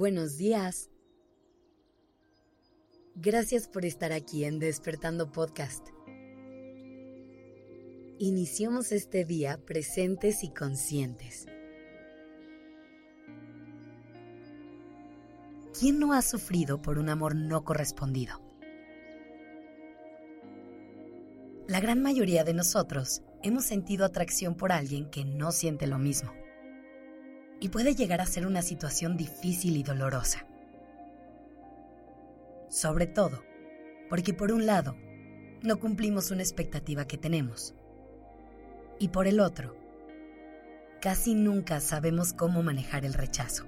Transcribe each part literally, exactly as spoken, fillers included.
Buenos días. Gracias por estar aquí en Despertando Podcast. Iniciamos este día presentes y conscientes. ¿Quién no ha sufrido por un amor no correspondido? La gran mayoría de nosotros hemos sentido atracción por alguien que no siente lo mismo. Y puede llegar a ser una situación difícil y dolorosa. Sobre todo, porque por un lado, no cumplimos una expectativa que tenemos. Y por el otro, casi nunca sabemos cómo manejar el rechazo.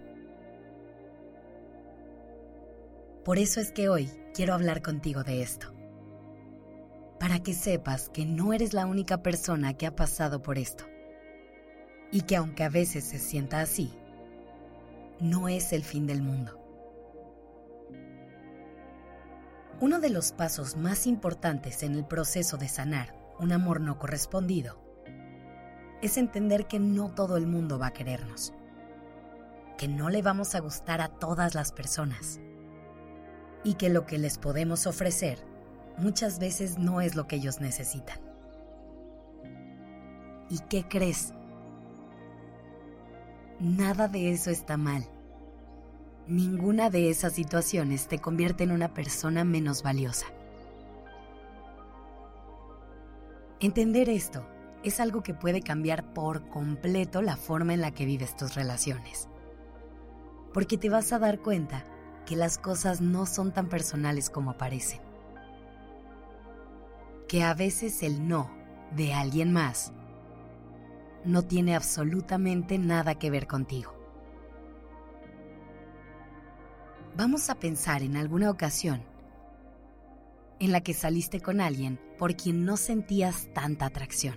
Por eso es que hoy quiero hablar contigo de esto. Para que sepas que no eres la única persona que ha pasado por esto. Y que aunque a veces se sienta así, no es el fin del mundo. Uno de los pasos más importantes en el proceso de sanar un amor no correspondido es entender que no todo el mundo va a querernos, que no le vamos a gustar a todas las personas y que lo que les podemos ofrecer muchas veces no es lo que ellos necesitan. ¿Y qué crees? Nada de eso está mal. Ninguna de esas situaciones te convierte en una persona menos valiosa. Entender esto es algo que puede cambiar por completo la forma en la que vives tus relaciones. Porque te vas a dar cuenta que las cosas no son tan personales como parecen. Que a veces el no de alguien más no tiene absolutamente nada que ver contigo. Vamos a pensar en alguna ocasión en la que saliste con alguien por quien no sentías tanta atracción.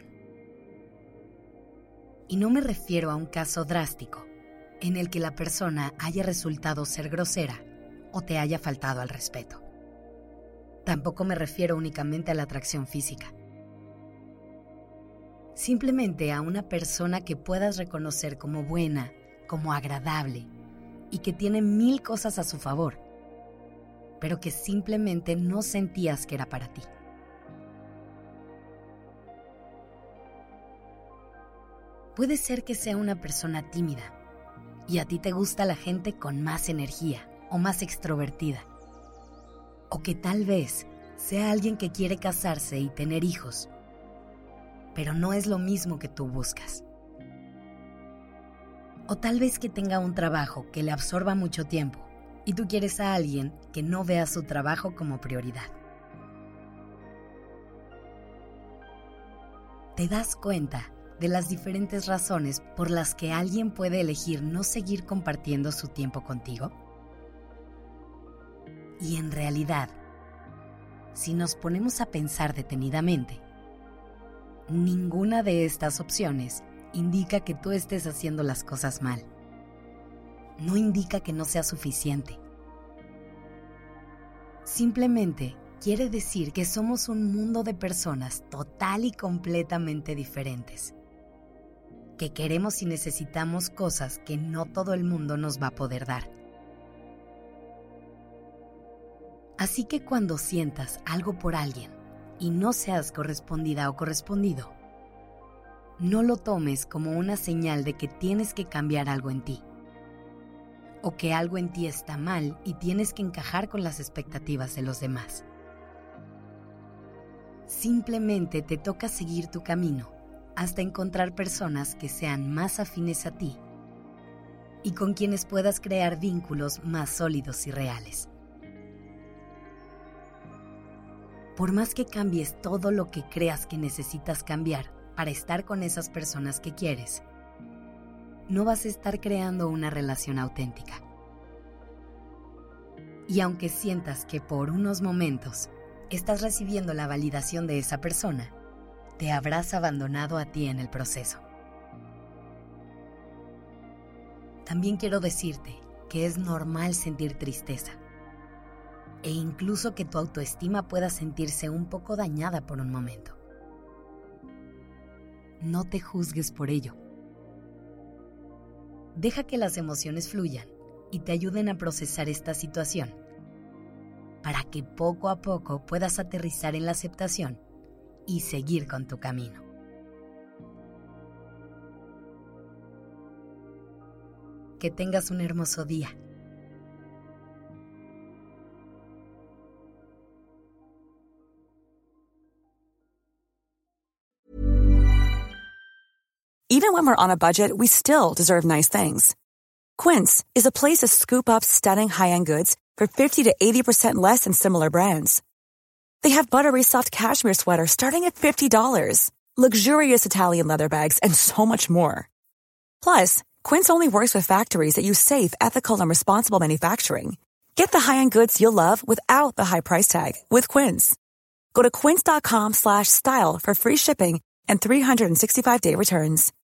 Y no me refiero a un caso drástico en el que la persona haya resultado ser grosera o te haya faltado al respeto. Tampoco me refiero únicamente a la atracción física. Simplemente a una persona que puedas reconocer como buena, como agradable y que tiene mil cosas a su favor, pero que simplemente no sentías que era para ti. Puede ser que sea una persona tímida y a ti te gusta la gente con más energía o más extrovertida, o que tal vez sea alguien que quiere casarse y tener hijos, pero no es lo mismo que tú buscas. O tal vez que tenga un trabajo que le absorba mucho tiempo y tú quieres a alguien que no vea su trabajo como prioridad. ¿Te das cuenta de las diferentes razones por las que alguien puede elegir no seguir compartiendo su tiempo contigo? Y en realidad, si nos ponemos a pensar detenidamente, ninguna de estas opciones indica que tú estés haciendo las cosas mal. No indica que no sea suficiente. Simplemente quiere decir que somos un mundo de personas total y completamente diferentes. Que queremos y necesitamos cosas que no todo el mundo nos va a poder dar. Así que cuando sientas algo por alguien, y no seas correspondida o correspondido, no lo tomes como una señal de que tienes que cambiar algo en ti, o que algo en ti está mal y tienes que encajar con las expectativas de los demás. Simplemente te toca seguir tu camino hasta encontrar personas que sean más afines a ti y con quienes puedas crear vínculos más sólidos y reales. Por más que cambies todo lo que creas que necesitas cambiar para estar con esas personas que quieres, no vas a estar creando una relación auténtica. Y aunque sientas que por unos momentos estás recibiendo la validación de esa persona, te habrás abandonado a ti en el proceso. También quiero decirte que es normal sentir tristeza. E incluso que tu autoestima pueda sentirse un poco dañada por un momento. No te juzgues por ello. Deja que las emociones fluyan y te ayuden a procesar esta situación, para que poco a poco puedas aterrizar en la aceptación y seguir con tu camino. Que tengas un hermoso día. Even when we're on a budget, we still deserve nice things. Quince is a place to scoop up stunning high-end goods for fifty to eighty percent less than similar brands. They have buttery soft cashmere sweaters starting at fifty dollars, luxurious Italian leather bags, and so much more. Plus, Quince only works with factories that use safe, ethical, and responsible manufacturing. Get the high-end goods you'll love without the high price tag with Quince. Go to quince.com slash style for free shipping and three sixty-five day returns.